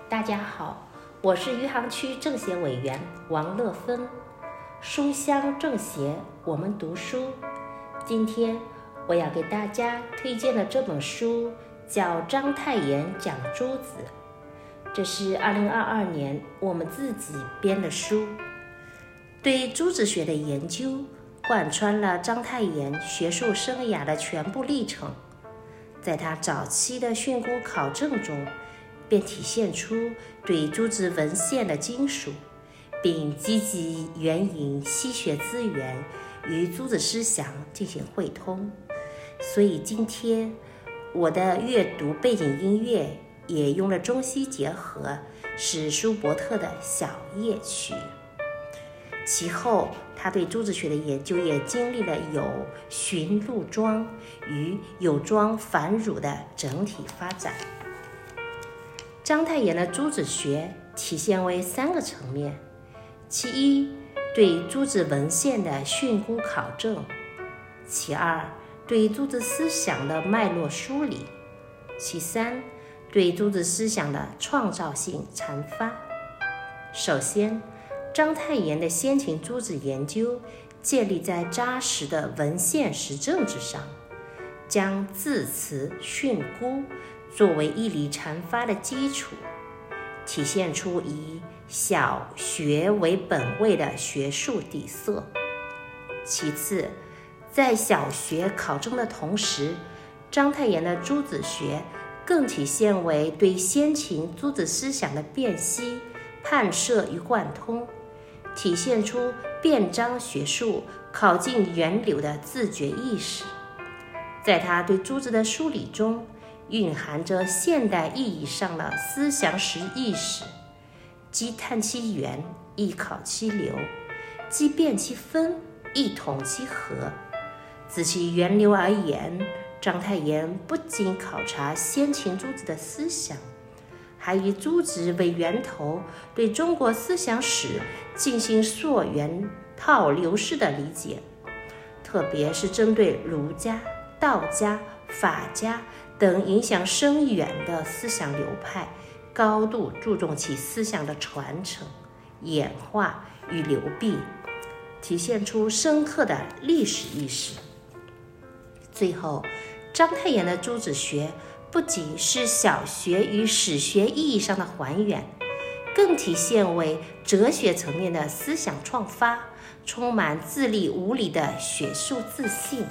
大家好，我是余杭区政协委员王乐芬。书香政协，我们读书。今天我要给大家推荐的这本书叫《章太炎讲诸子》，这是2022年我们自己编的书，对诸子学的研究贯穿了章太炎学术生涯的全部历程。在他早期的训诂考证中，便体现出对诸子文献的精熟，并积极援引西学资源与诸子思想进行汇通。所以今天我的阅读背景音乐也用了中西结合，是舒伯特的小夜曲。其后他对诸子学的研究也经历了有荀陆庄与有庄繁儒的整体发展。章太炎的诸子学体现为3个层面：其一，对诸子文献的训诂考证；其二，对诸子思想的脉络梳理；其三，对诸子思想的创造性阐发。首先，章太炎的先秦诸子研究建立在扎实的文献实证之上，将字词训诂作为义理阐发的基础，体现出以小学为本位的学术底色。其次，在小学考证的同时，章太炎的诸子学更体现为对先秦诸子思想的辨析、判摄与贯通，体现出辨章学术考进源流的自觉意识。在他对诸子的梳理中，蕴含着现代意义上的思想史意识，即探其源，亦考其流；即辨其分，亦统其和。自其源流而言，章太炎不仅考察先秦诸子的思想，还以诸子为源头，对中国思想史进行溯源套流式的理解，特别是针对儒家、道家、法家等影响深远的思想流派，高度注重其思想的传承、演化与流弊，体现出深刻的历史意识。最后，章太炎的诸子学不仅是小学与史学意义上的还原，更体现为哲学层面的思想创发，充满自立无理的学术自信。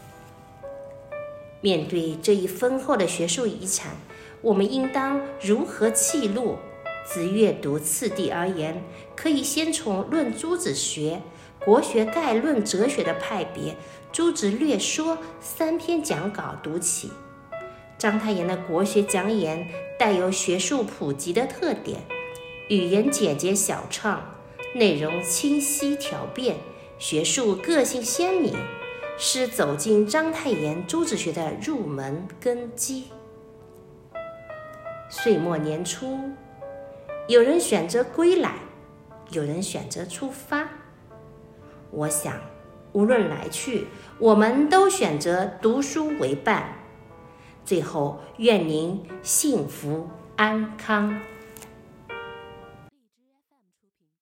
面对这一丰厚的学术遗产，我们应当如何记录？自阅读次第而言，可以先从《论诸子学》《国学概论》哲学的派别《诸子略说》3篇讲稿读起。章太炎的国学讲演带有学术普及的特点，语言简洁小畅，内容清晰挑辨，学术个性鲜明，是走进章太炎诸子学的入门根基。岁末年初，有人选择归来，有人选择出发。我想，无论来去，我们都选择读书为伴。最后，愿您幸福安康。